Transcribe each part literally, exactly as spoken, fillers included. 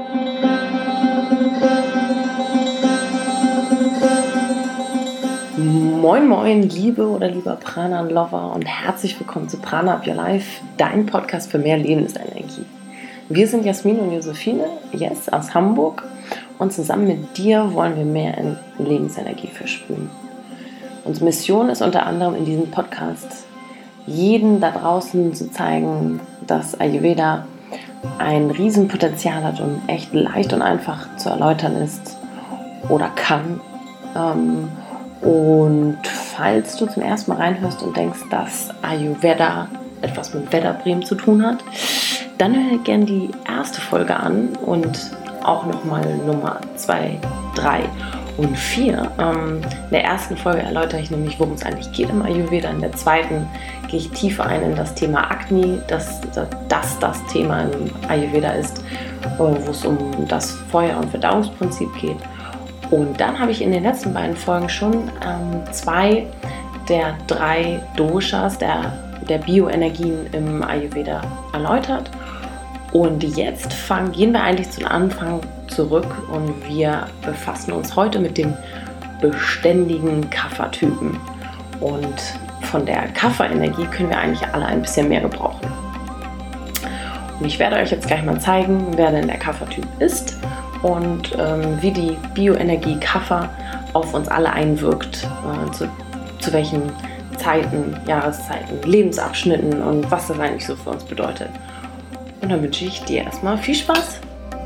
Moin moin, liebe oder lieber Prana-Lover und herzlich willkommen zu Prana Up Your Life, dein Podcast für mehr Lebensenergie. Wir sind Jasmin und Josephine, yes, aus Hamburg, und zusammen mit dir wollen wir mehr in Lebensenergie versprühen. Unsere Mission ist unter anderem in diesem Podcast, jeden da draußen zu zeigen, dass Ayurveda ein Riesenpotenzial hat und echt leicht und einfach zu erläutern ist oder kann. Ähm, Und falls du zum ersten Mal reinhörst und denkst, dass Ayurveda etwas mit Vedabremen zu tun hat, dann hör gerne die erste Folge an und auch nochmal Nummer zwei, drei und vier. Ähm, in der ersten Folge erläutere ich nämlich, worum es eigentlich geht im Ayurveda. In der zweiten gehe ich tiefer ein in das Thema Agni, dass das das Thema im Ayurveda ist, wo es um das Feuer- und Verdauungsprinzip geht. Und dann habe ich in den letzten beiden Folgen schon ähm, zwei der drei Doshas, der, der Bioenergien im Ayurveda erläutert. Und jetzt fangen, gehen wir eigentlich zum Anfang zurück und wir befassen uns heute mit dem beständigen Kapha-Typen. Und von der Kapha-Energie können wir eigentlich alle ein bisschen mehr gebrauchen. Und ich werde euch jetzt gleich mal zeigen, wer denn der Kapha-Typ ist und ähm, wie die Bioenergie Kapha auf uns alle einwirkt, äh, zu, zu welchen Zeiten, Jahreszeiten, Lebensabschnitten und was das eigentlich so für uns bedeutet. Und dann wünsche ich dir erstmal viel Spaß.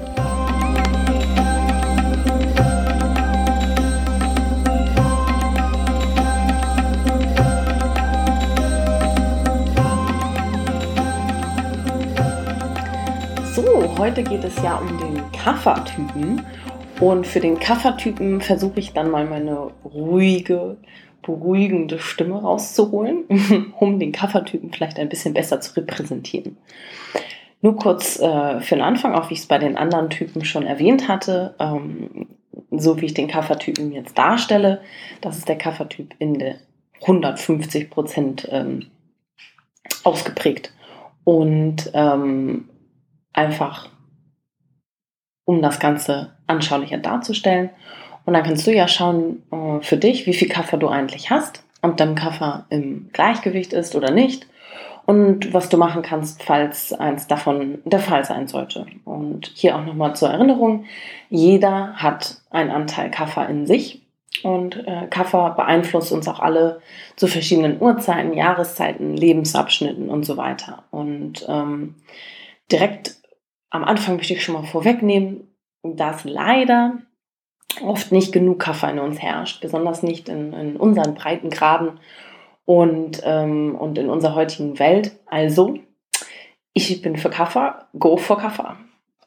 So, heute geht es ja um den Kapha-Typen und für den Kapha-Typen versuche ich dann mal meine ruhige, beruhigende Stimme rauszuholen, um den Kapha-Typen vielleicht ein bisschen besser zu repräsentieren. Nur kurz äh, für den Anfang, auch wie ich es bei den anderen Typen schon erwähnt hatte, ähm, so wie ich den Kapha-Typen jetzt darstelle, das ist der Kapha-Typ in der hundertfünfzig Prozent ähm, ausgeprägt und ähm, einfach, um das Ganze anschaulicher darzustellen. Und dann kannst du ja schauen äh, für dich, wie viel Kapha du eigentlich hast, ob dein Kapha im Gleichgewicht ist oder nicht und was du machen kannst, falls eins davon der Fall sein sollte. Und hier auch nochmal zur Erinnerung, jeder hat einen Anteil Kapha in sich und äh, Kapha beeinflusst uns auch alle zu verschiedenen Uhrzeiten, Jahreszeiten, Lebensabschnitten und so weiter. Und ähm, direkt am Anfang möchte ich schon mal vorwegnehmen, dass leider oft nicht genug Kapha in uns herrscht, besonders nicht in, in unseren Breitengraden und, ähm, und in unserer heutigen Welt. Also, ich bin für Kapha, go for Kapha.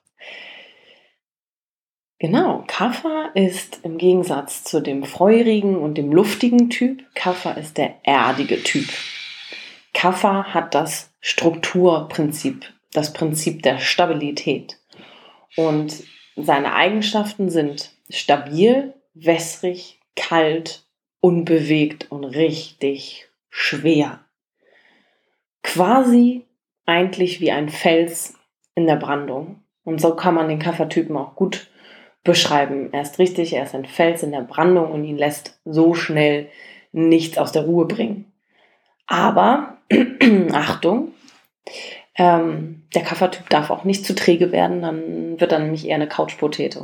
Genau, Kapha ist im Gegensatz zu dem feurigen und dem luftigen Typ, Kapha ist der erdige Typ. Kapha hat das Strukturprinzip, das Prinzip der Stabilität. Und seine Eigenschaften sind stabil, wässrig, kalt, unbewegt und richtig schwer. Quasi eigentlich wie ein Fels in der Brandung. Und so kann man den Kapha-Typen auch gut beschreiben. Er ist richtig, er ist ein Fels in der Brandung und ihn lässt so schnell nichts aus der Ruhe bringen. Aber, Achtung, ähm, der Kapha-Typ darf auch nicht zu träge werden, dann wird er nämlich eher eine Couch-Potato.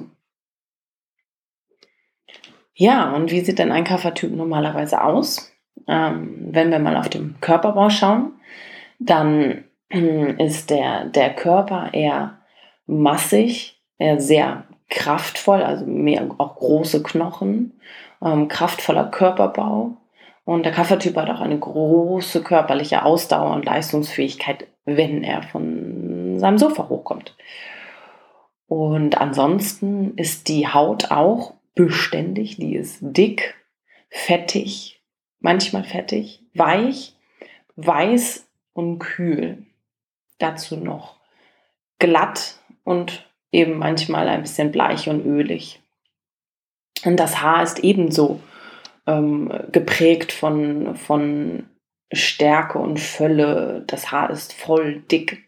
Ja, und wie sieht denn ein Kapha-Typ normalerweise aus? Ähm, wenn wir mal auf den Körperbau schauen, dann ist der, der Körper eher massig, eher sehr kraftvoll, also mehr auch große Knochen, ähm, kraftvoller Körperbau. Und der Kapha-Typ hat auch eine große körperliche Ausdauer und Leistungsfähigkeit, wenn er von seinem Sofa hochkommt. Und ansonsten ist die Haut auch beständig, die ist dick, fettig, manchmal fettig, weich, weiß und kühl. Dazu noch glatt und eben manchmal ein bisschen bleich und ölig. Und das Haar ist ebenso ähm, geprägt von, von Stärke und Fülle. Das Haar ist voll dick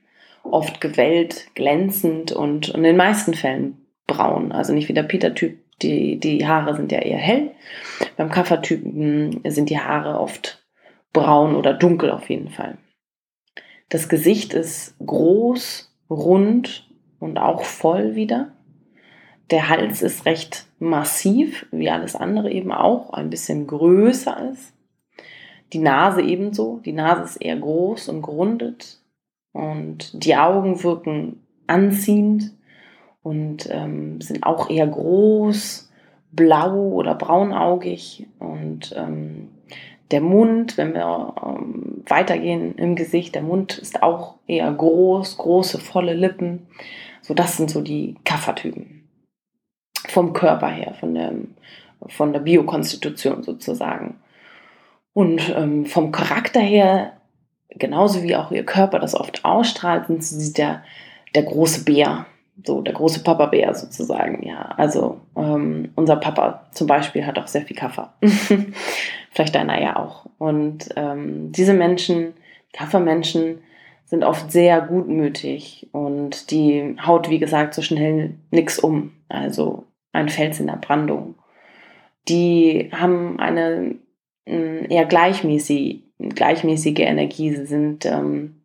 oft gewellt, glänzend und in den meisten Fällen braun. Also nicht wie der Peter-Typ, die, die Haare sind ja eher hell. Beim Kaffertypen sind die Haare oft braun oder dunkel auf jeden Fall. Das Gesicht ist groß, rund und auch voll wieder. Der Hals ist recht massiv, wie alles andere eben auch, ein bisschen größer ist. Die Nase ebenso. Die Nase ist eher groß und gerundet. Und die Augen wirken anziehend und ähm, sind auch eher groß, blau oder braunaugig. Und ähm, der Mund, wenn wir ähm, weitergehen im Gesicht, der Mund ist auch eher groß, große, volle Lippen. So, das sind so die Kaffertypen. Vom Körper her, von der, von der Biokonstitution sozusagen. Und ähm, vom Charakter her, genauso wie auch ihr Körper das oft ausstrahlt, sind sie der, der große Bär, so der große Papa-Bär sozusagen. Ja, also ähm, unser Papa zum Beispiel hat auch sehr viel Kaffer. Vielleicht deiner ja auch. Und ähm, diese Menschen, Kaffermenschen, sind oft sehr gutmütig und die haut, wie gesagt, so schnell nichts um. Also ein Fels in der Brandung. Die haben eine äh, eher gleichmäßig, gleichmäßige Energie. Sie sind ähm,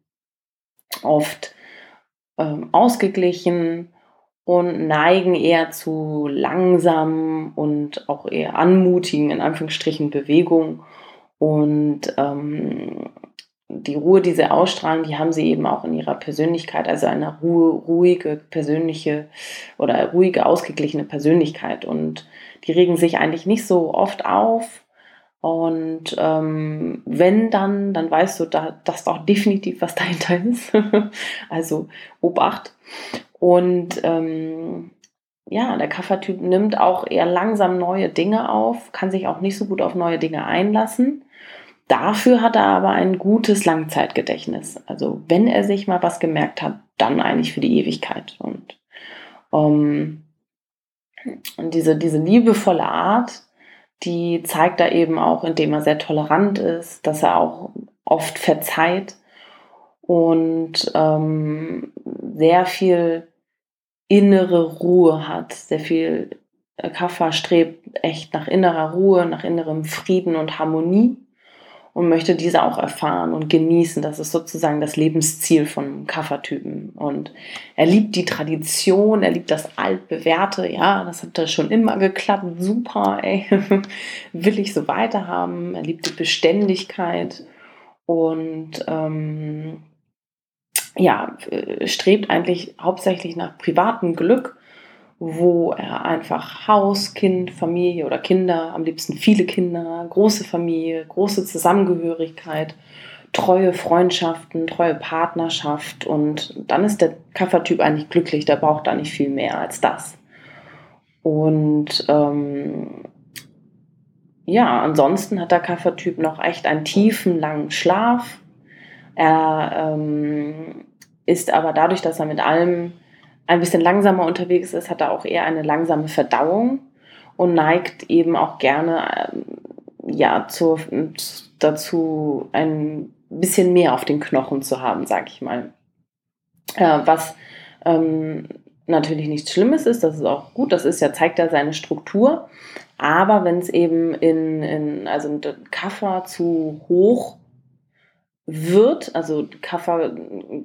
oft ähm, ausgeglichen und neigen eher zu langsamen und auch eher anmutigen, in Anführungsstrichen, Bewegungen. Und ähm, die Ruhe, die sie ausstrahlen, die haben sie eben auch in ihrer Persönlichkeit, also eine Ruhe, ruhige, persönliche oder ruhige, ausgeglichene Persönlichkeit. Und die regen sich eigentlich nicht so oft auf. Und ähm, wenn dann, dann weißt du, da, dass auch definitiv was dahinter ist. Also Obacht. Und ähm, ja, der Kaffertyp nimmt auch eher langsam neue Dinge auf, kann sich auch nicht so gut auf neue Dinge einlassen. Dafür hat er aber ein gutes Langzeitgedächtnis. Also wenn er sich mal was gemerkt hat, dann eigentlich für die Ewigkeit. Und, um, und diese, diese liebevolle Art, die zeigt er eben auch, indem er sehr tolerant ist, dass er auch oft verzeiht und ähm, sehr viel innere Ruhe hat. Sehr viel Kaffer strebt echt nach innerer Ruhe, nach innerem Frieden und Harmonie. Und möchte diese auch erfahren und genießen. Das ist sozusagen das Lebensziel von Kaffertypen. Und er liebt die Tradition, er liebt das Altbewährte. Ja, das hat da schon immer geklappt. Super, ey. Will ich so weiterhaben. Er liebt die Beständigkeit und ähm, ja, strebt eigentlich hauptsächlich nach privatem Glück, wo er einfach Haus, Kind, Familie oder Kinder, am liebsten viele Kinder, große Familie, große Zusammengehörigkeit, treue Freundschaften, treue Partnerschaft und dann ist der Kaffertyp eigentlich glücklich, der braucht da nicht viel mehr als das. Und ähm, ja, ansonsten hat der Kaffertyp noch echt einen tiefen, langen Schlaf. Er ähm, ist aber dadurch, dass er mit allem ein bisschen langsamer unterwegs ist, hat er auch eher eine langsame Verdauung und neigt eben auch gerne ähm, ja, zur, dazu, ein bisschen mehr auf den Knochen zu haben, sag ich mal. Äh, was ähm, natürlich nichts Schlimmes ist, das ist auch gut, das ist ja, zeigt ja seine Struktur. Aber wenn es eben in, in also der Kaffer zu hoch wird, also Kaffer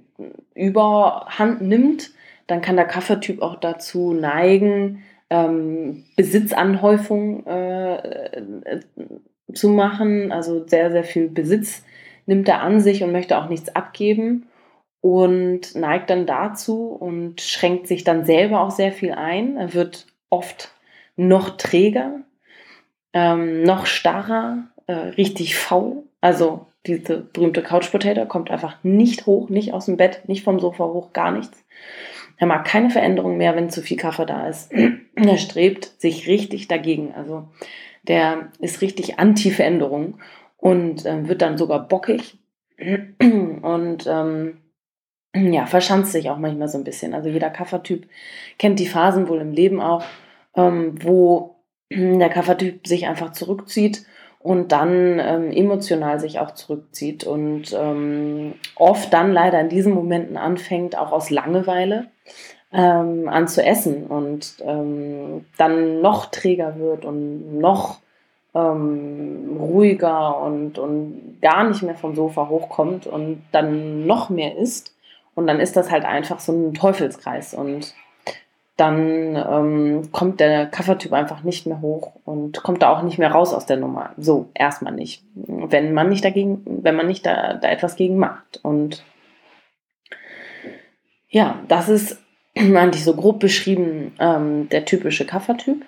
überhand nimmt, dann kann der Kaffertyp auch dazu neigen, ähm, Besitzanhäufung äh, äh, zu machen. Also sehr, sehr viel Besitz nimmt er an sich und möchte auch nichts abgeben und neigt dann dazu und schränkt sich dann selber auch sehr viel ein. Er wird oft noch träger, ähm, noch starrer, äh, richtig faul. Also diese berühmte Couch Potato kommt einfach nicht hoch, nicht aus dem Bett, nicht vom Sofa hoch, gar nichts. Er mag keine Veränderung mehr, wenn zu viel Kaffee da ist. Er strebt sich richtig dagegen. Also der ist richtig Anti-Veränderung und äh, wird dann sogar bockig und ähm, ja, verschanzt sich auch manchmal so ein bisschen. Also jeder Kaffertyp kennt die Phasen wohl im Leben auch, ähm, wo der Kaffertyp sich einfach zurückzieht und dann ähm, emotional sich auch zurückzieht und ähm, oft dann leider in diesen Momenten anfängt, auch aus Langeweile ähm, an zu essen und ähm, dann noch träger wird und noch ähm, ruhiger und, und gar nicht mehr vom Sofa hochkommt und dann noch mehr isst. Und dann ist das halt einfach so ein Teufelskreis und dann ähm, kommt der Kaffertyp einfach nicht mehr hoch und kommt da auch nicht mehr raus aus der Nummer. So, erstmal nicht. Wenn man nicht dagegen, wenn man nicht da, da etwas gegen macht. Und ja, das ist eigentlich so grob beschrieben ähm, der typische Kaffertyp.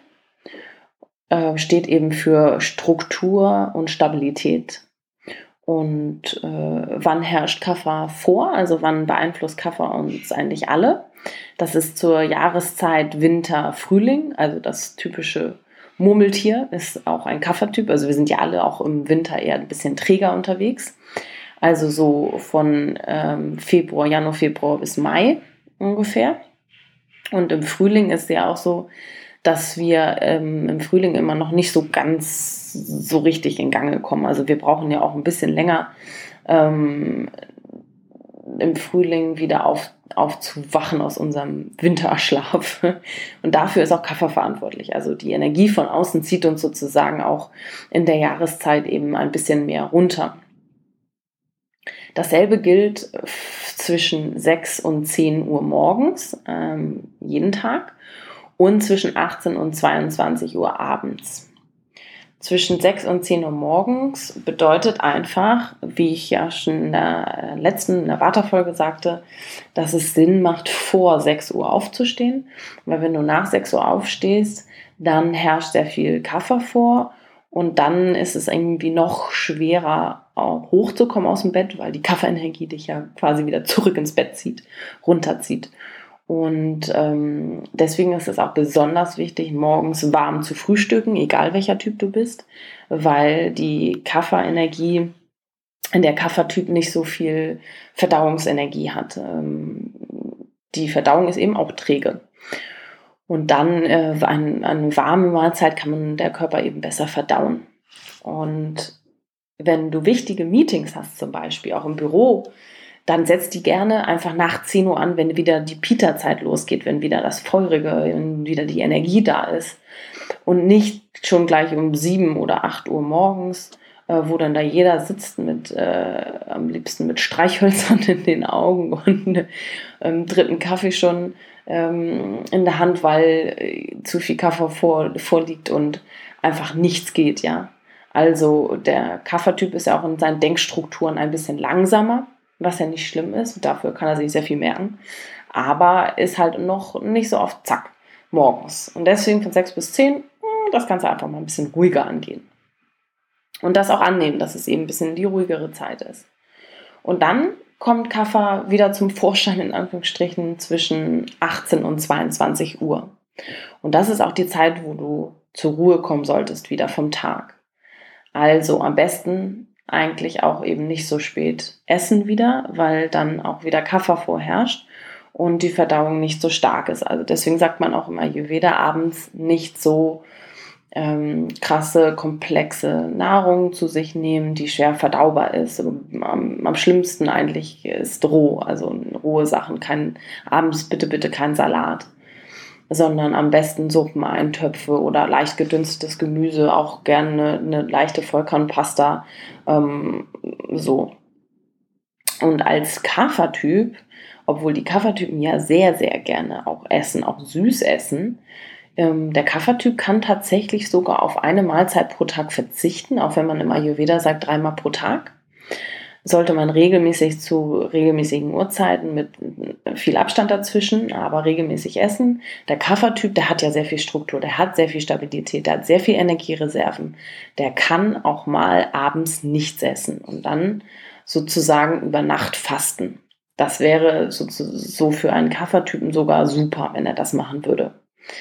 Äh, steht eben für Struktur und Stabilität. Und äh, wann herrscht Kaffer vor? Also wann beeinflusst Kaffer uns eigentlich alle? Das ist zur Jahreszeit Winter, Frühling, also das typische Murmeltier ist auch ein Kaffertyp. Also wir sind ja alle auch im Winter eher ein bisschen träger unterwegs. Also so von ähm, Februar, Januar, Februar bis Mai ungefähr. Und im Frühling ist ja auch so, dass wir ähm, im Frühling immer noch nicht so ganz so richtig in Gange kommen. Also wir brauchen ja auch ein bisschen länger ähm, im Frühling wieder auf, aufzuwachen aus unserem Winterschlaf. Und dafür ist auch Kaffer verantwortlich. Also die Energie von außen zieht uns sozusagen auch in der Jahreszeit eben ein bisschen mehr runter. Dasselbe gilt zwischen sechs und zehn Uhr morgens, ähm, jeden Tag, und zwischen achtzehn und zweiundzwanzig Uhr abends. Zwischen sechs und zehn Uhr morgens bedeutet einfach, wie ich ja schon in der letzten, in der Vata-Folge sagte, dass es Sinn macht, vor sechs Uhr aufzustehen. Weil wenn du nach sechs Uhr aufstehst, dann herrscht sehr viel Kaffer vor und dann ist es irgendwie noch schwerer, auch hochzukommen aus dem Bett, weil die Kafferenergie dich ja quasi wieder zurück ins Bett zieht, runterzieht. Und ähm, deswegen ist es auch besonders wichtig, morgens warm zu frühstücken, egal welcher Typ du bist, weil die Kafferenergie, der Kaffertyp nicht so viel Verdauungsenergie hat. Ähm, die Verdauung ist eben auch träge. Und dann äh, eine, eine warme Mahlzeit kann man der Körper eben besser verdauen. Und wenn du wichtige Meetings hast, zum Beispiel auch im Büro, dann setzt die gerne einfach nach zehn Uhr an, wenn wieder die Pita-Zeit losgeht, wenn wieder das Feurige, wenn wieder die Energie da ist. Und nicht schon gleich um sieben oder acht Uhr morgens, äh, wo dann da jeder sitzt mit, äh, am liebsten mit Streichhölzern in den Augen und ähm, dritten Kaffee schon ähm, in der Hand, weil äh, zu viel Kaffee vor, vorliegt und einfach nichts geht, ja. Also der Kaffertyp ist ja auch in seinen Denkstrukturen ein bisschen langsamer, was ja nicht schlimm ist. Dafür kann er sich sehr viel merken. Aber ist halt noch nicht so oft zack, morgens. Und deswegen von sechs bis zehn das Ganze einfach mal ein bisschen ruhiger angehen. Und das auch annehmen, dass es eben ein bisschen die ruhigere Zeit ist. Und dann kommt Kaffer wieder zum Vorschein, in Anführungsstrichen, zwischen achtzehn und zweiundzwanzig Uhr. Und das ist auch die Zeit, wo du zur Ruhe kommen solltest, wieder vom Tag. Also am besten eigentlich auch eben nicht so spät essen wieder, weil dann auch wieder Kaffer vorherrscht und die Verdauung nicht so stark ist. Also deswegen sagt man auch im Ayurveda abends nicht so ähm, krasse, komplexe Nahrung zu sich nehmen, die schwer verdaubar ist. Am, am schlimmsten eigentlich ist roh, also rohe Sachen, kein, abends bitte, bitte kein Salat, sondern am besten Suppen, Eintöpfe oder leicht gedünstetes Gemüse, auch gerne eine, eine leichte Vollkornpasta, ähm, so. Und als Kaffertyp, obwohl die Kaffertypen ja sehr, sehr gerne auch essen, auch süß essen, ähm, der Kaffertyp kann tatsächlich sogar auf eine Mahlzeit pro Tag verzichten, auch wenn man im Ayurveda sagt, dreimal pro Tag. Sollte man regelmäßig zu regelmäßigen Uhrzeiten mit viel Abstand dazwischen, aber regelmäßig essen. Der Kaffertyp, der hat ja sehr viel Struktur, der hat sehr viel Stabilität, der hat sehr viel Energiereserven. Der kann auch mal abends nichts essen und dann sozusagen über Nacht fasten. Das wäre so, so für einen Kaffertypen sogar super, wenn er das machen würde.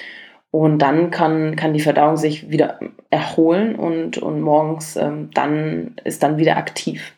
Und dann kann, kann die Verdauung sich wieder erholen und, und morgens ähm, dann ist dann wieder aktiv.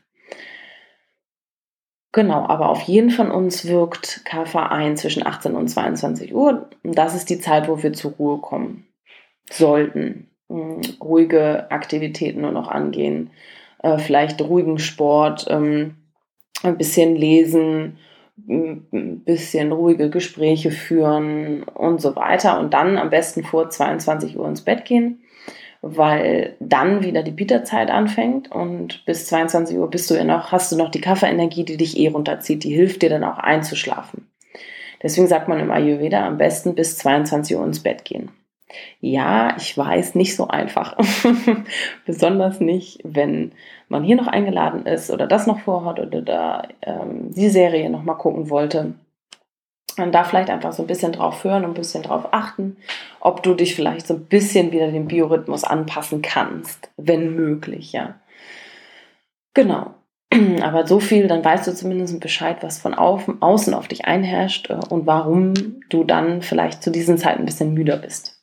Genau, aber auf jeden von uns wirkt Kaffer ein zwischen achtzehn und zweiundzwanzig Uhr. Und das ist die Zeit, wo wir zur Ruhe kommen sollten. mh, ruhige Aktivitäten nur noch angehen, äh, vielleicht ruhigen Sport, ähm, ein bisschen lesen, ein bisschen ruhige Gespräche führen und so weiter und dann am besten vor zweiundzwanzig Uhr ins Bett gehen, weil dann wieder die Bieterzeit anfängt und bis zweiundzwanzig Uhr bist du ja noch, hast du noch die Kaffeeenergie, die dich eh runterzieht, die hilft dir dann auch einzuschlafen. Deswegen sagt man im Ayurveda am besten bis zweiundzwanzig Uhr ins Bett gehen. Ja, ich weiß, nicht so einfach. Besonders nicht, wenn man hier noch eingeladen ist oder das noch vorhat oder da ähm, die Serie noch mal gucken wollte. Und da vielleicht einfach so ein bisschen drauf hören und ein bisschen drauf achten, ob du dich vielleicht so ein bisschen wieder dem Biorhythmus anpassen kannst, wenn möglich, ja. Genau. Aber so viel, dann weißt du zumindest Bescheid, was von auf, außen auf dich einherrscht äh, und warum du dann vielleicht zu diesen Zeiten ein bisschen müder bist.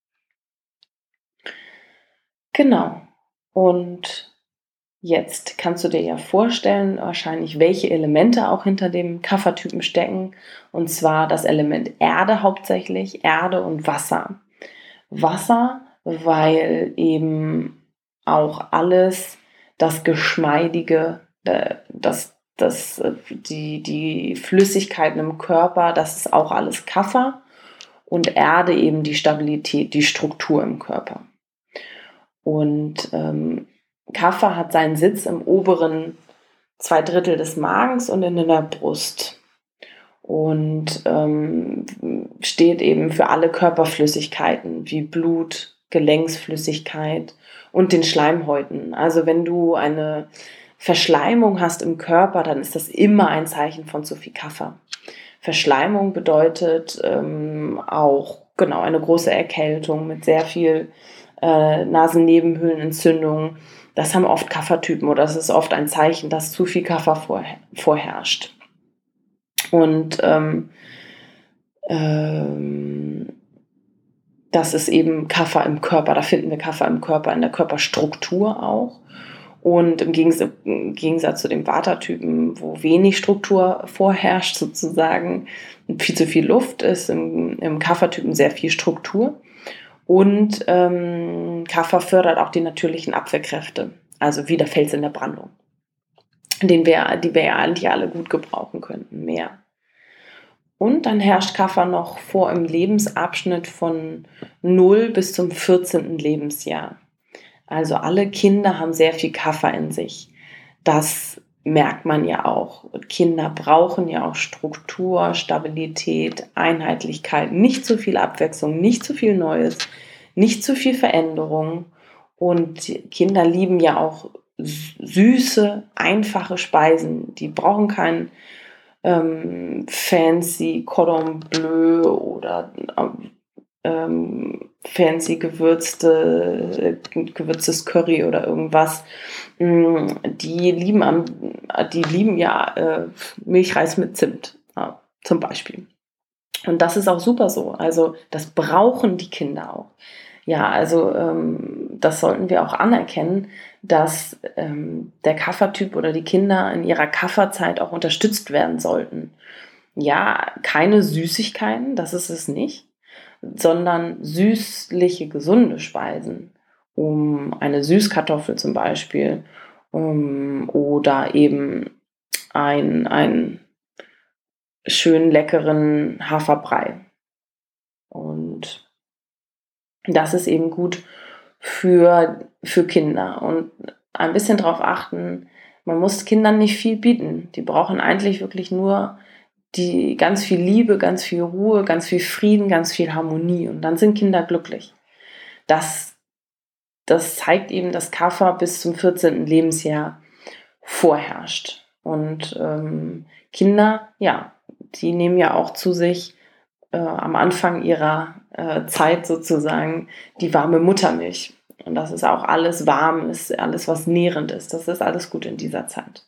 Genau. Und jetzt kannst du dir ja vorstellen, wahrscheinlich, welche Elemente auch hinter dem Kapha-Typen stecken. Und zwar das Element Erde hauptsächlich, Erde und Wasser. Wasser, weil eben auch alles das Geschmeidige, äh, das, das, äh, die, die Flüssigkeiten im Körper, das ist auch alles Kapha. Und Erde eben die Stabilität, die Struktur im Körper. Und ähm, Kapha hat seinen Sitz im oberen zwei Drittel des Magens und in der Brust und ähm, steht eben für alle Körperflüssigkeiten wie Blut, Gelenksflüssigkeit und den Schleimhäuten. Also wenn du eine Verschleimung hast im Körper, dann ist das immer ein Zeichen von zu viel Kapha. Verschleimung bedeutet ähm, auch genau eine große Erkältung mit sehr viel äh, Nasennebenhöhlenentzündung. Das haben oft Kapha-Typen oder das ist oft ein Zeichen, dass zu viel Kapha vor, vorherrscht. Und ähm, ähm, das ist eben Kapha im Körper, da finden wir Kapha im Körper, in der Körperstruktur auch. Und im Gegensatz, im Gegensatz zu dem Vata-Typen, wo wenig Struktur vorherrscht sozusagen, viel zu viel Luft ist, im, im Kapha-Typen sehr viel Struktur. Und ähm, Kapha fördert auch die natürlichen Abwehrkräfte, also wie der Fels in der Brandung, den wir, die wir ja eigentlich alle gut gebrauchen könnten, mehr. Und dann herrscht Kapha noch vor im Lebensabschnitt von null bis zum vierzehnten Lebensjahr. Also alle Kinder haben sehr viel Kapha in sich. Das merkt man ja auch. Kinder brauchen ja auch Struktur, Stabilität, Einheitlichkeit, nicht zu viel Abwechslung, nicht zu viel Neues, nicht zu viel Veränderung. Und Kinder lieben ja auch süße, einfache Speisen. Die brauchen kein ähm, fancy Cordon Bleu oder ähm, fancy gewürzte, gewürztes Curry oder irgendwas. Die lieben, am, die lieben ja äh, Milchreis mit Zimt, ja, zum Beispiel. Und das ist auch super so. Also das brauchen die Kinder auch. Ja, also ähm, das sollten wir auch anerkennen, dass ähm, der Kapha-Typ oder die Kinder in ihrer Kapha-Zeit auch unterstützt werden sollten. Ja, keine Süßigkeiten, das ist es nicht, sondern süßliche, gesunde Speisen, um eine Süßkartoffel zum Beispiel, um, oder eben ein, ein schön leckeren Haferbrei. Und das ist eben gut für, für Kinder. Und ein bisschen darauf achten, man muss Kindern nicht viel bieten. Die brauchen eigentlich wirklich nur die ganz viel Liebe, ganz viel Ruhe, ganz viel Frieden, ganz viel Harmonie. Und dann sind Kinder glücklich. Das, das zeigt eben, dass Kapha bis zum vierzehnten Lebensjahr vorherrscht. Und ähm, Kinder, ja, die nehmen ja auch zu sich äh, am Anfang ihrer äh, Zeit sozusagen die warme Muttermilch. Und das ist auch alles warm, ist alles, was nährend ist. Das ist alles gut in dieser Zeit.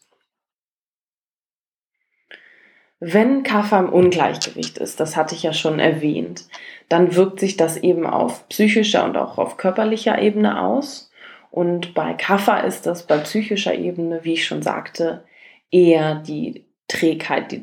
Wenn Kapha im Ungleichgewicht ist, das hatte ich ja schon erwähnt, dann wirkt sich das eben auf psychischer und auch auf körperlicher Ebene aus. Und bei Kapha ist das bei psychischer Ebene, wie ich schon sagte, eher die Trägheit, die dann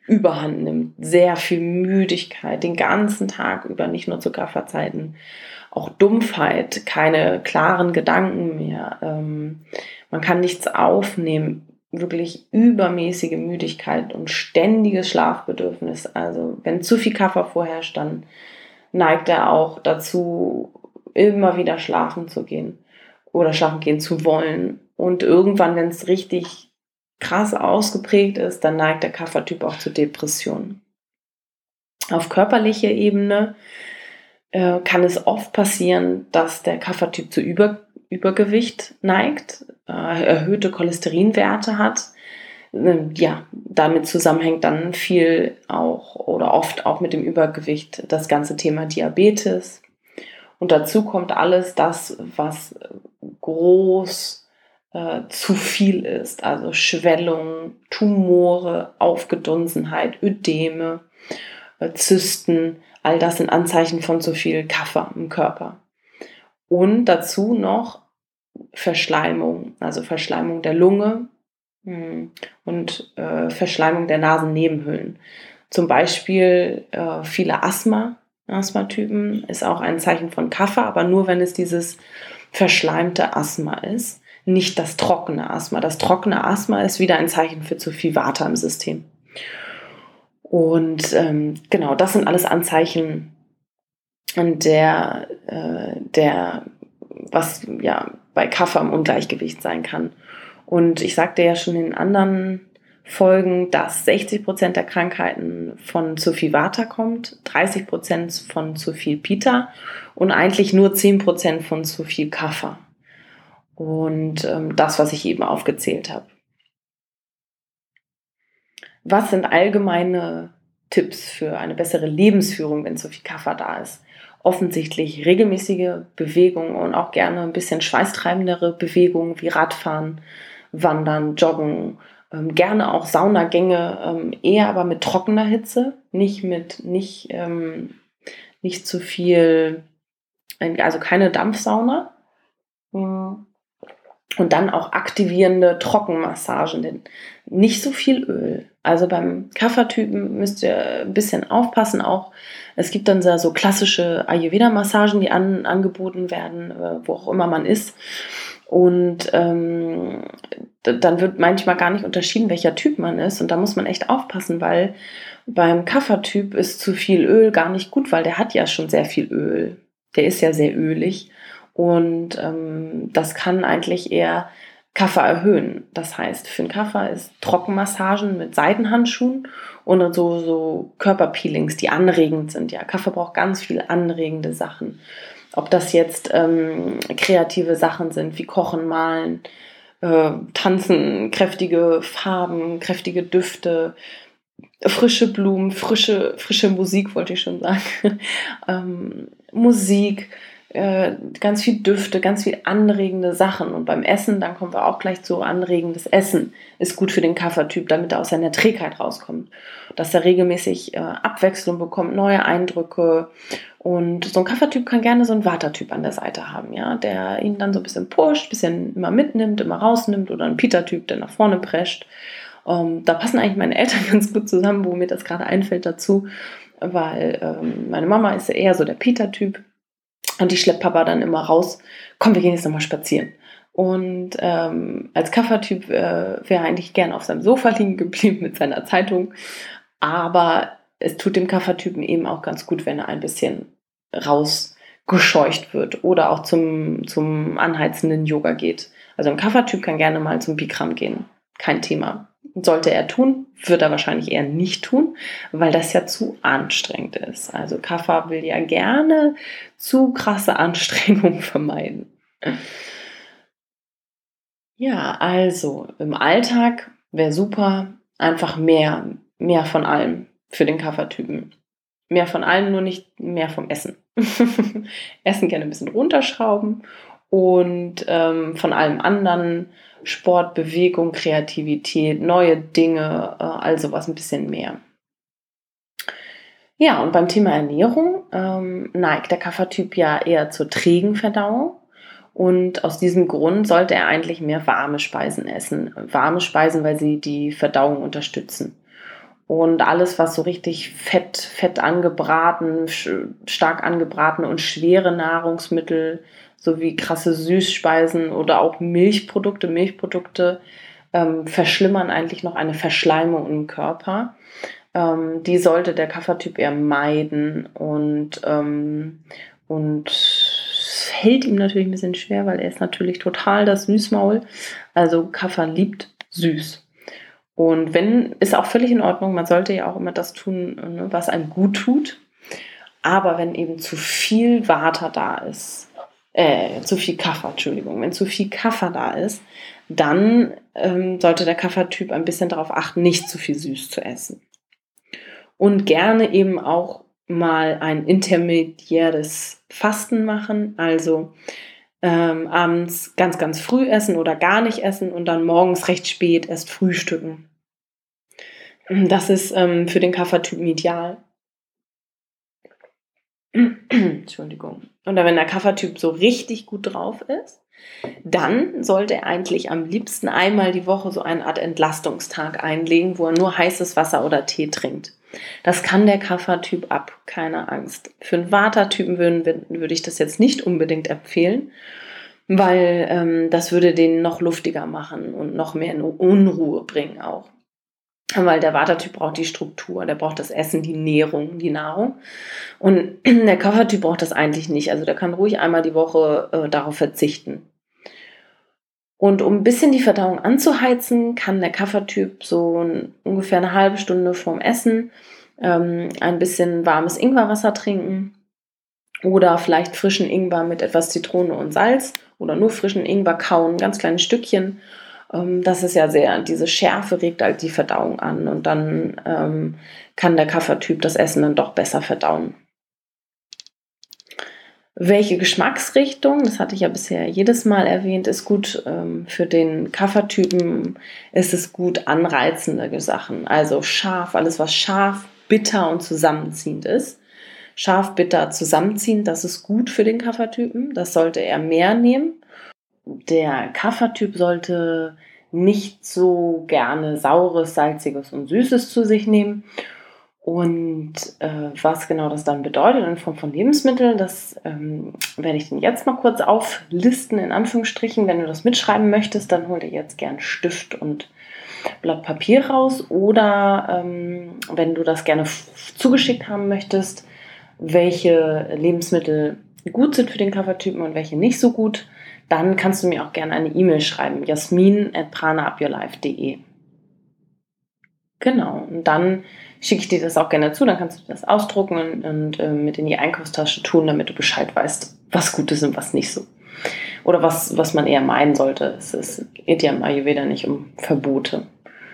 Überhand nimmt. Sehr viel Müdigkeit, den ganzen Tag über, nicht nur zu Kafferzeiten. Auch Dumpfheit, keine klaren Gedanken mehr. Ähm, man kann nichts aufnehmen. Wirklich übermäßige Müdigkeit und ständiges Schlafbedürfnis. Also wenn zu viel Kaffer vorherrscht, dann neigt er auch dazu, immer wieder schlafen zu gehen oder schlafen gehen zu wollen. Und irgendwann, wenn es richtig krass ausgeprägt ist, dann neigt der Kaffertyp auch zu Depressionen. Auf körperlicher Ebene äh, kann es oft passieren, dass der Kaffertyp zu Über Übergewicht neigt, äh, erhöhte Cholesterinwerte hat. Äh, ja, damit zusammenhängt dann viel auch oder oft auch mit dem Übergewicht das ganze Thema Diabetes. Und dazu kommt alles das, was groß äh, zu viel ist, also Schwellung, Tumore, Aufgedunsenheit, Ödeme, äh, Zysten, all das sind Anzeichen von zu viel Kaffer im Körper. Und dazu noch Verschleimung, also Verschleimung der Lunge mh, und äh, Verschleimung der Nasennebenhöhlen. Zum Beispiel äh, viele Asthma, Asthmatypen ist auch ein Zeichen von Kaffer, aber nur wenn es dieses verschleimte Asthma ist, nicht das trockene Asthma. Das trockene Asthma ist wieder ein Zeichen für zu viel Vata im System. Und ähm, genau, das sind alles Anzeichen der, äh, der was ja bei Kaffer im Ungleichgewicht sein kann. Und ich sagte ja schon in anderen Folgen, dass sechzig Prozent der Krankheiten von zu viel Vata kommt, dreißig Prozent von zu viel Pitta und eigentlich nur zehn Prozent von zu viel Kaffer. Und ähm, das, was ich eben aufgezählt habe. Was sind allgemeine Tipps für eine bessere Lebensführung, wenn zu viel Kaffer da ist? Offensichtlich regelmäßige Bewegung und auch gerne ein bisschen schweißtreibendere Bewegungen wie Radfahren, Wandern, Joggen, ähm, gerne auch Saunagänge, ähm, eher aber mit trockener Hitze, nicht mit nicht, ähm, nicht zu viel, also keine Dampfsauna. Und dann auch aktivierende Trockenmassagen, denn nicht so viel Öl. Also beim Kaffertypen müsst ihr ein bisschen aufpassen auch. Es gibt dann so klassische Ayurveda-Massagen, die an, angeboten werden, wo auch immer man ist. Und ähm, dann wird manchmal gar nicht unterschieden, welcher Typ man ist. Und da muss man echt aufpassen, weil beim Kaffertyp ist zu viel Öl gar nicht gut, weil der hat ja schon sehr viel Öl. Der ist ja sehr ölig. Und ähm, das kann eigentlich eher Kaffer erhöhen. Das heißt, für den Kaffer ist Trockenmassagen mit Seidenhandschuhen und so, so Körperpeelings, die anregend sind. Ja, Kaffer braucht ganz viel anregende Sachen. Ob das jetzt ähm, kreative Sachen sind, wie Kochen, Malen, äh, Tanzen, kräftige Farben, kräftige Düfte, frische Blumen, frische, frische Musik, wollte ich schon sagen. ähm, Musik, äh, ganz viel Düfte, ganz viel anregende Sachen. Und beim Essen, dann kommen wir auch gleich zu anregendes Essen, ist gut für den Kaffertyp, damit er aus seiner Trägheit rauskommt. Dass er regelmäßig äh, Abwechslung bekommt, neue Eindrücke. Und so ein Kaffertyp kann gerne so einen Vata-Typ an der Seite haben, ja, der ihn dann so ein bisschen pusht, ein bisschen immer mitnimmt, immer rausnimmt, oder ein Pitta-Typ, der nach vorne prescht. Um, da passen eigentlich meine Eltern ganz gut zusammen, wo mir das gerade einfällt dazu, weil ähm, meine Mama ist ja eher so der Pitta-Typ und die schleppt Papa dann immer raus, komm, wir gehen jetzt nochmal spazieren. Und ähm, als Kaffertyp äh, wäre er eigentlich gern auf seinem Sofa liegen geblieben mit seiner Zeitung, aber es tut dem Kaffertypen eben auch ganz gut, wenn er ein bisschen rausgescheucht wird oder auch zum, zum anheizenden Yoga geht. Also ein Kaffertyp kann gerne mal zum Bikram gehen, kein Thema. Sollte er tun, wird er wahrscheinlich eher nicht tun, weil das ja zu anstrengend ist. Also Kaffer will ja gerne zu krasse Anstrengungen vermeiden. Ja, also im Alltag wäre super, einfach mehr, mehr von allem für den Kaffertypen. Mehr von allem, nur nicht mehr vom Essen. Essen gerne ein bisschen runterschrauben und ähm, von allem anderen Sport, Bewegung, Kreativität, neue Dinge, äh, also was ein bisschen mehr. Ja, und beim Thema Ernährung ähm, neigt der Kaffertyp ja eher zur trägen Verdauung. Und aus diesem Grund sollte er eigentlich mehr warme Speisen essen. Warme Speisen, weil sie die Verdauung unterstützen. Und alles, was so richtig fett, fett angebraten, stark angebraten und schwere Nahrungsmittel, sowie krasse Süßspeisen oder auch Milchprodukte, Milchprodukte ähm, verschlimmern eigentlich noch eine Verschleimung im Körper. Ähm, die sollte der Kaffertyp eher meiden und, ähm, und es fällt ihm natürlich ein bisschen schwer, weil er ist natürlich total das Süßmaul. Also Kaffer liebt süß. Und wenn, ist auch völlig in Ordnung, man sollte ja auch immer das tun, ne, was einem gut tut. Aber wenn eben zu viel Vata da ist, äh, zu viel Kaffer, Entschuldigung, wenn zu viel Kaffer da ist, dann ähm, sollte der Kaffertyp ein bisschen darauf achten, nicht zu viel süß zu essen. Und gerne eben auch mal ein intermediäres Fasten machen, also ähm, abends ganz, ganz früh essen oder gar nicht essen und dann morgens recht spät erst frühstücken. Das ist ähm, für den Kaffertypen ideal. Entschuldigung. Oder wenn der Kaffertyp so richtig gut drauf ist, dann sollte er eigentlich am liebsten einmal die Woche so eine Art Entlastungstag einlegen, wo er nur heißes Wasser oder Tee trinkt. Das kann der Kaffertyp ab, keine Angst. Für einen Vata-Typen würde, würde ich das jetzt nicht unbedingt empfehlen, weil ähm, das würde den noch luftiger machen und noch mehr in Unruhe bringen auch. Weil der Vata-Typ braucht die Struktur, der braucht das Essen, die Nährung, die Nahrung. Und der Kaffertyp braucht das eigentlich nicht. Also der kann ruhig einmal die Woche äh, darauf verzichten. Und um ein bisschen die Verdauung anzuheizen, kann der Kaffertyp so ein, ungefähr eine halbe Stunde vorm Essen ähm, ein bisschen warmes Ingwerwasser trinken oder vielleicht frischen Ingwer mit etwas Zitrone und Salz oder nur frischen Ingwer kauen, ganz kleine Stückchen. Ähm, das ist ja sehr, diese Schärfe regt halt die Verdauung an und dann ähm, kann der Kaffertyp das Essen dann doch besser verdauen. Welche Geschmacksrichtung, das hatte ich ja bisher jedes Mal erwähnt, ist gut ähm, für den Kaffertypen, ist es gut anreizende Sachen. Also scharf, alles was scharf, bitter und zusammenziehend ist. Scharf, bitter, zusammenziehend, das ist gut für den Kaffertypen. Das sollte er mehr nehmen. Der Kaffertyp sollte nicht so gerne Saures, Salziges und Süßes zu sich nehmen. Und äh, was genau das dann bedeutet in Form von Lebensmitteln, das ähm, werde ich dir jetzt mal kurz auflisten, in Anführungsstrichen. Wenn du das mitschreiben möchtest, dann hol dir jetzt gern Stift und Blatt Papier raus. Oder ähm, wenn du das gerne f- zugeschickt haben möchtest, welche Lebensmittel gut sind für den Kaffertypen und welche nicht so gut, dann kannst du mir auch gerne eine E-Mail schreiben, jasmin at prana up your life dot de. Genau, und dann schicke ich dir das auch gerne zu, dann kannst du das ausdrucken und, und äh, mit in die Einkaufstasche tun, damit du Bescheid weißt, was gut ist und was nicht so. Oder was, was man eher meiden sollte. Es, es geht ja im Ayurveda nicht um Verbote.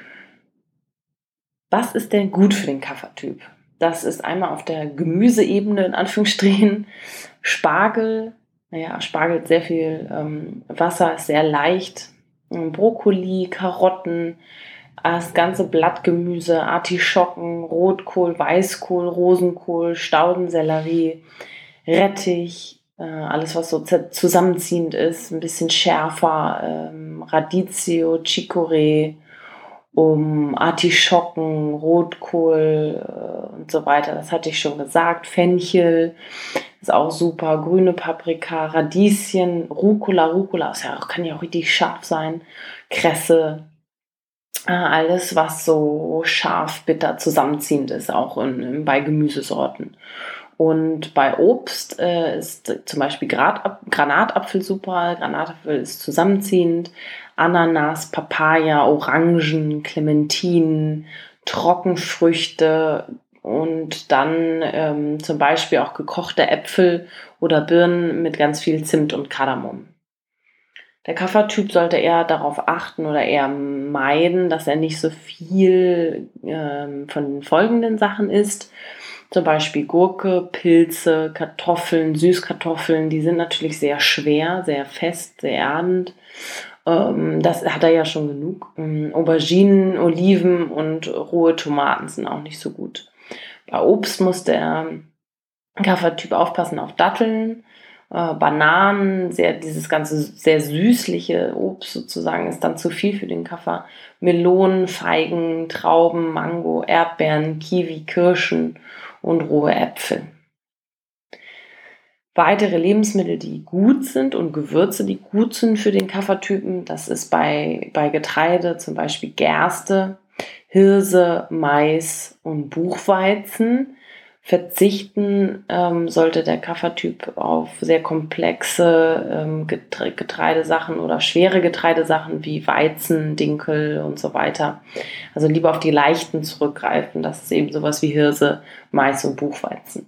Was ist denn gut für den Kaffertyp? Das ist einmal auf der Gemüseebene, in Anführungsstrichen, Spargel. Naja, Spargel hat sehr viel ähm, Wasser, ist sehr leicht. Brokkoli, Karotten, das ganze Blattgemüse, Artischocken, Rotkohl, Weißkohl, Rosenkohl, Staudensellerie, Rettich, äh, alles was so zusammenziehend ist, ein bisschen schärfer, ähm, Radicchio, Chicorée, um Artischocken, Rotkohl äh, und so weiter. Das hatte ich schon gesagt. Fenchel ist auch super, grüne Paprika, Radieschen, Rucola, Rucola ist ja auch, kann ja auch richtig scharf sein, Kresse. Alles, was so scharf, bitter zusammenziehend ist, auch in, bei Gemüsesorten. Und bei Obst äh, ist zum Beispiel Granat, Granatapfel super, Granatapfel ist zusammenziehend, Ananas, Papaya, Orangen, Clementinen, Trockenfrüchte und dann ähm, zum Beispiel auch gekochte Äpfel oder Birnen mit ganz viel Zimt und Kardamom. Der Kaffertyp sollte eher darauf achten oder eher meiden, dass er nicht so viel ähm, von den folgenden Sachen isst. Zum Beispiel Gurke, Pilze, Kartoffeln, Süßkartoffeln. Die sind natürlich sehr schwer, sehr fest, sehr erdend. Ähm, das hat er ja schon genug. Ähm, Auberginen, Oliven und rohe Tomaten sind auch nicht so gut. Bei Obst muss der Kaffertyp aufpassen auf Datteln Äh, Bananen, sehr, dieses ganze sehr süßliche Obst sozusagen ist dann zu viel für den Kaffer. Melonen, Feigen, Trauben, Mango, Erdbeeren, Kiwi, Kirschen und rohe Äpfel. Weitere Lebensmittel, die gut sind und Gewürze, die gut sind für den Kaffertypen, das ist bei, bei Getreide zum Beispiel Gerste, Hirse, Mais und Buchweizen. Verzichten ähm, sollte der Kaffertyp auf sehr komplexe ähm, Getre- Getreidesachen oder schwere Getreidesachen wie Weizen, Dinkel und so weiter. Also lieber auf die leichten zurückgreifen. Das ist eben sowas wie Hirse, Mais und Buchweizen.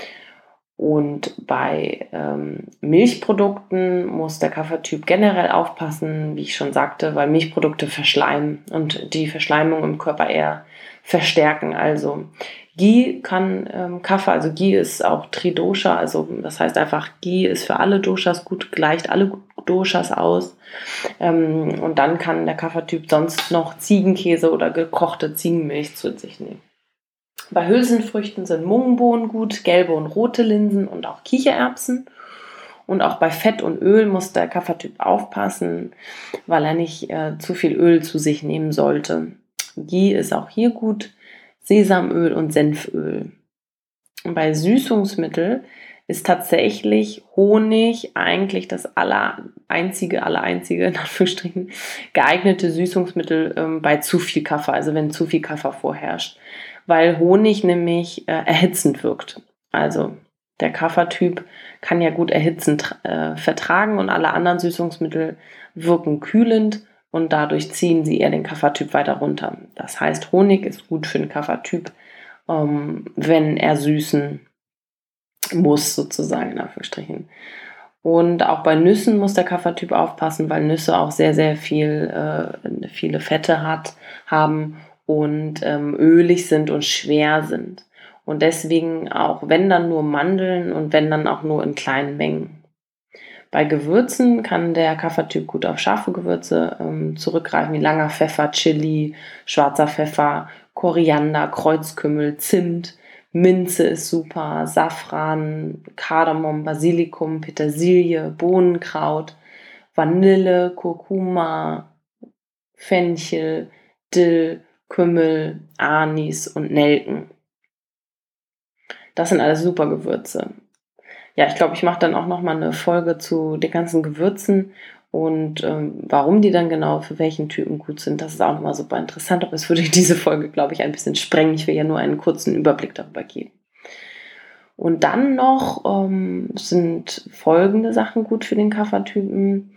Und bei ähm, Milchprodukten muss der Kaffertyp generell aufpassen, wie ich schon sagte, weil Milchprodukte verschleimen und die Verschleimung im Körper eher verstärken. Also Ghee kann ähm, Kaffer, also Ghee ist auch Tridosha, also das heißt einfach, Ghee ist für alle Doshas gut, gleicht alle Doshas aus. Ähm, und dann kann der Kaffertyp sonst noch Ziegenkäse oder gekochte Ziegenmilch zu sich nehmen. Bei Hülsenfrüchten sind Mungbohnen gut, gelbe und rote Linsen und auch Kichererbsen. Und auch bei Fett und Öl muss der Kaffertyp aufpassen, weil er nicht äh, zu viel Öl zu sich nehmen sollte. Ghee ist auch hier gut, Sesamöl und Senföl. Und bei Süßungsmittel ist tatsächlich Honig eigentlich das aller einzige, aller einzige, in Anführungsstrichen, geeignete Süßungsmittel ähm, bei zu viel Kaffer, also wenn zu viel Kaffer vorherrscht. Weil Honig nämlich äh, erhitzend wirkt. Also der Kaffertyp kann ja gut erhitzen äh, vertragen und alle anderen Süßungsmittel wirken kühlend und dadurch ziehen sie eher den Kaffertyp weiter runter. Das heißt, Honig ist gut für den Kaffertyp, ähm, wenn er süßen muss, sozusagen in Anführungsstrichen. Und auch bei Nüssen muss der Kaffertyp aufpassen, weil Nüsse auch sehr, sehr viel, äh, viele Fette hat, haben und ähm, ölig sind und schwer sind. Und deswegen auch, wenn dann nur Mandeln und wenn dann auch nur in kleinen Mengen. Bei Gewürzen kann der Kaffertyp gut auf scharfe Gewürze ähm, zurückgreifen, wie langer Pfeffer, Chili, schwarzer Pfeffer, Koriander, Kreuzkümmel, Zimt. Minze ist super, Safran, Kardamom, Basilikum, Petersilie, Bohnenkraut, Vanille, Kurkuma, Fenchel, Dill, Kümmel, Anis und Nelken. Das sind alles super Gewürze. Ja, ich glaube, ich mache dann auch nochmal eine Folge zu den ganzen Gewürzen und ähm, warum die dann genau für welchen Typen gut sind. Das ist auch nochmal super interessant, aber es würde diese Folge, glaube ich, ein bisschen sprengen. Ich will ja nur einen kurzen Überblick darüber geben. Und dann noch ähm, sind folgende Sachen gut für den Kaffertypen.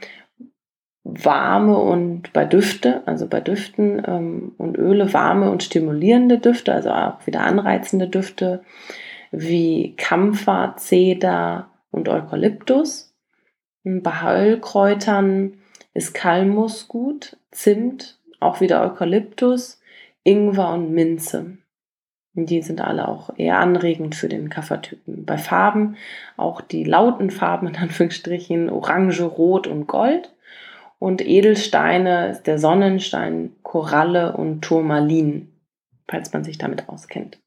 Warme und bei Düfte, also bei Düften ähm, und Öle, warme und stimulierende Düfte, also auch wieder anreizende Düfte, wie Kampfer, Zeder und Eukalyptus. Bei Heilkräutern ist Kalmus gut, Zimt, auch wieder Eukalyptus, Ingwer und Minze. Die sind alle auch eher anregend für den Kaffertypen. Bei Farben auch die lauten Farben, in Anführungsstrichen, Orange, Rot und Gold. Und Edelsteine ist der Sonnenstein, Koralle und Turmalin, falls man sich damit auskennt.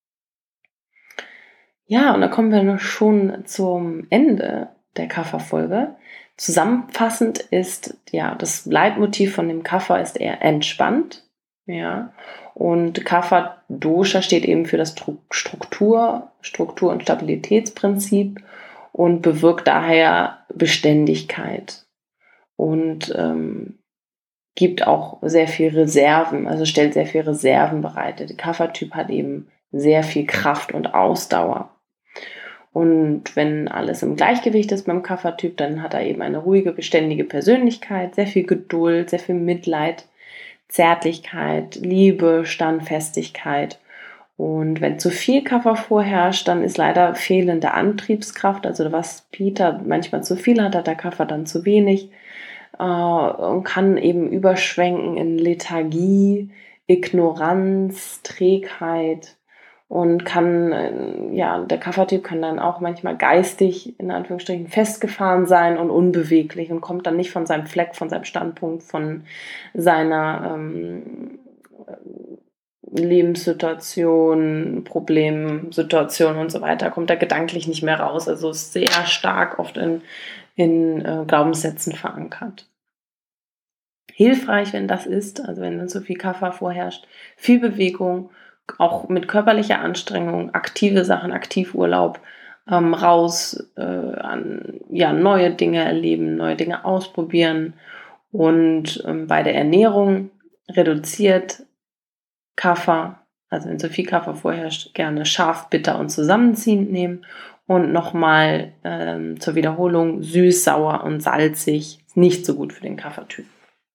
Ja, und da kommen wir noch schon zum Ende der Kafferfolge. Zusammenfassend ist, ja, das Leitmotiv von dem Kaffer ist eher entspannt, ja, und Kapha Dosha steht eben für das Struktur, Struktur- und Stabilitätsprinzip und bewirkt daher Beständigkeit und ähm, gibt auch sehr viel Reserven, also stellt sehr viel Reserven bereit. Der Kapha-Typ hat eben sehr viel Kraft und Ausdauer. Und wenn alles im Gleichgewicht ist beim Kapha-Typ, dann hat er eben eine ruhige, beständige Persönlichkeit, sehr viel Geduld, sehr viel Mitleid, Zärtlichkeit, Liebe, Standfestigkeit. Und wenn zu viel Kapha vorherrscht, dann ist leider fehlende Antriebskraft, also was Peter manchmal zu viel hat, hat der Kapha dann zu wenig äh, und kann eben überschwenken in Lethargie, Ignoranz, Trägheit. Und kann, ja, der Kapha-Typ kann dann auch manchmal geistig, in Anführungsstrichen, festgefahren sein und unbeweglich und kommt dann nicht von seinem Fleck, von seinem Standpunkt, von seiner, ähm, Lebenssituationen, Problemsituationen und so weiter, kommt er gedanklich nicht mehr raus. Also ist sehr stark oft in, in äh, Glaubenssätzen verankert. Hilfreich, wenn das ist, also wenn dann so viel Kapha vorherrscht, viel Bewegung, auch mit körperlicher Anstrengung, aktive Sachen, Aktivurlaub, ähm, raus, äh, an, ja, neue Dinge erleben, neue Dinge ausprobieren und ähm, bei der Ernährung reduziert Kapha, also wenn so viel Kapha vorherrscht, gerne scharf, bitter und zusammenziehend nehmen und nochmal ähm, zur Wiederholung süß, sauer und salzig, nicht so gut für den Kapha-Typ.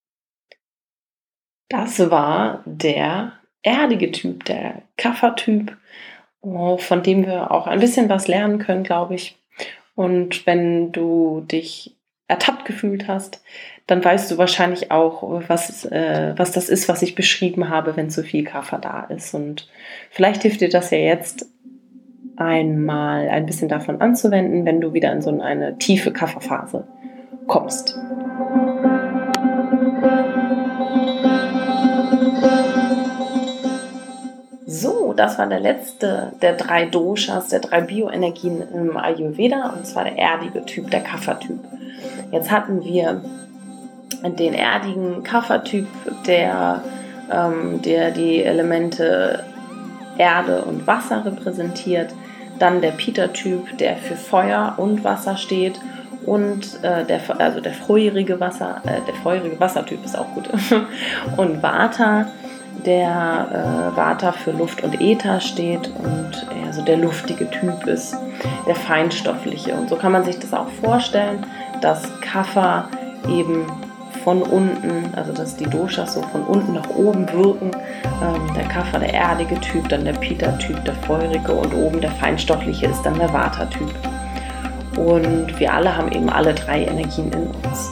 Das war der erdige Typ, der Kapha-Typ, von dem wir auch ein bisschen was lernen können, glaube ich. Und wenn du dich ertappt gefühlt hast, dann weißt du wahrscheinlich auch, was, äh, was das ist, was ich beschrieben habe, wenn zu viel Kapha da ist. Und vielleicht hilft dir das ja jetzt einmal ein bisschen davon anzuwenden, wenn du wieder in so eine tiefe Kapha-Phase kommst. So, das war der letzte der drei Doshas, der drei Bioenergien im Ayurveda, und zwar der erdige Typ, der Kapha-Typ. Jetzt hatten wir den erdigen Kapha-Typ, der, ähm, der die Elemente Erde und Wasser repräsentiert, dann der Pitta-Typ, der für Feuer und Wasser steht, und äh, der, also der feurige Wasser, äh, der feurige Wassertyp ist auch gut, und Vata, der äh, Vata für Luft und Äther steht und also der luftige Typ ist, der feinstoffliche. Und so kann man sich das auch vorstellen, dass Kapha eben von unten, also dass die Doshas so von unten nach oben wirken. Ähm, der Kapha, der erdige Typ, dann der Pitta-Typ, der feurige, und oben der feinstoffliche ist dann der Vata-Typ. Und wir alle haben eben alle drei Energien in uns.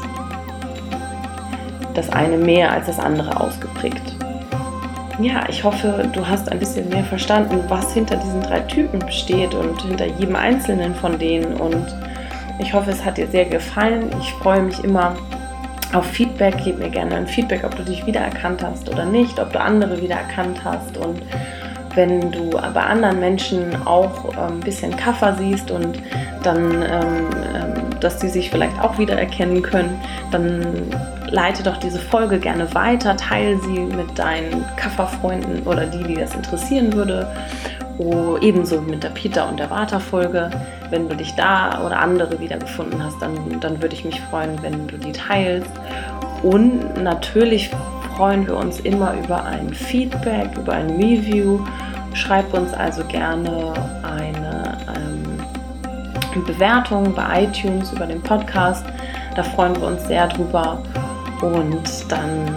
Das eine mehr als das andere ausgeprägt. Ja, ich hoffe, du hast ein bisschen mehr verstanden, was hinter diesen drei Typen steht und hinter jedem einzelnen von denen. Und ich hoffe, es hat dir sehr gefallen. Ich freue mich immer auf Feedback. Gib mir gerne ein Feedback, ob du dich wiedererkannt hast oder nicht, ob du andere wiedererkannt hast. Und wenn du bei anderen Menschen auch ein bisschen Kapha siehst und dann, ähm, dass die sich vielleicht auch wiedererkennen können, dann leite doch diese Folge gerne weiter, teile sie mit deinen Kapha-Freunden oder die, die das interessieren würde. Oh, ebenso mit der Pitta- und der Vata-Folge. Wenn du dich da oder andere wiedergefunden hast, dann, dann würde ich mich freuen, wenn du die teilst. Und natürlich freuen wir uns immer über ein Feedback, über ein Review. Schreib uns also gerne eine ähm, Bewertung bei iTunes über den Podcast. Da freuen wir uns sehr drüber. Und dann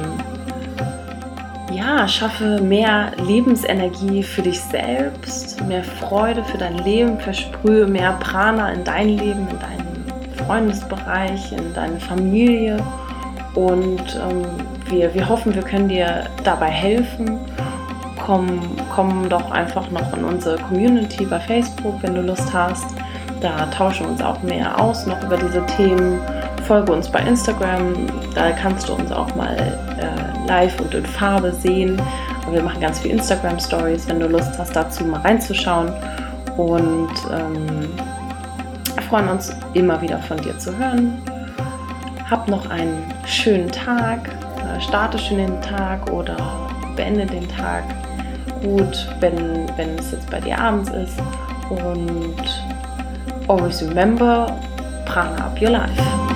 ja, schaffe mehr Lebensenergie für dich selbst, mehr Freude für dein Leben, versprühe mehr Prana in dein Leben, in deinen Freundesbereich, in deine Familie. Und ähm, wir, wir hoffen, wir können dir dabei helfen. Komm, komm doch einfach noch in unsere Community bei Facebook, wenn du Lust hast. Da tauschen wir uns auch mehr aus noch über diese Themen. Folge uns bei Instagram, da kannst du uns auch mal äh, live und in Farbe sehen. Und wir machen ganz viel Instagram-Stories, wenn du Lust hast, dazu mal reinzuschauen. Und ähm, freuen uns immer wieder von dir zu hören. Hab noch einen schönen Tag, starte schön den Tag oder beende den Tag gut, wenn, wenn es jetzt bei dir abends ist. Und always remember, Prana up your life.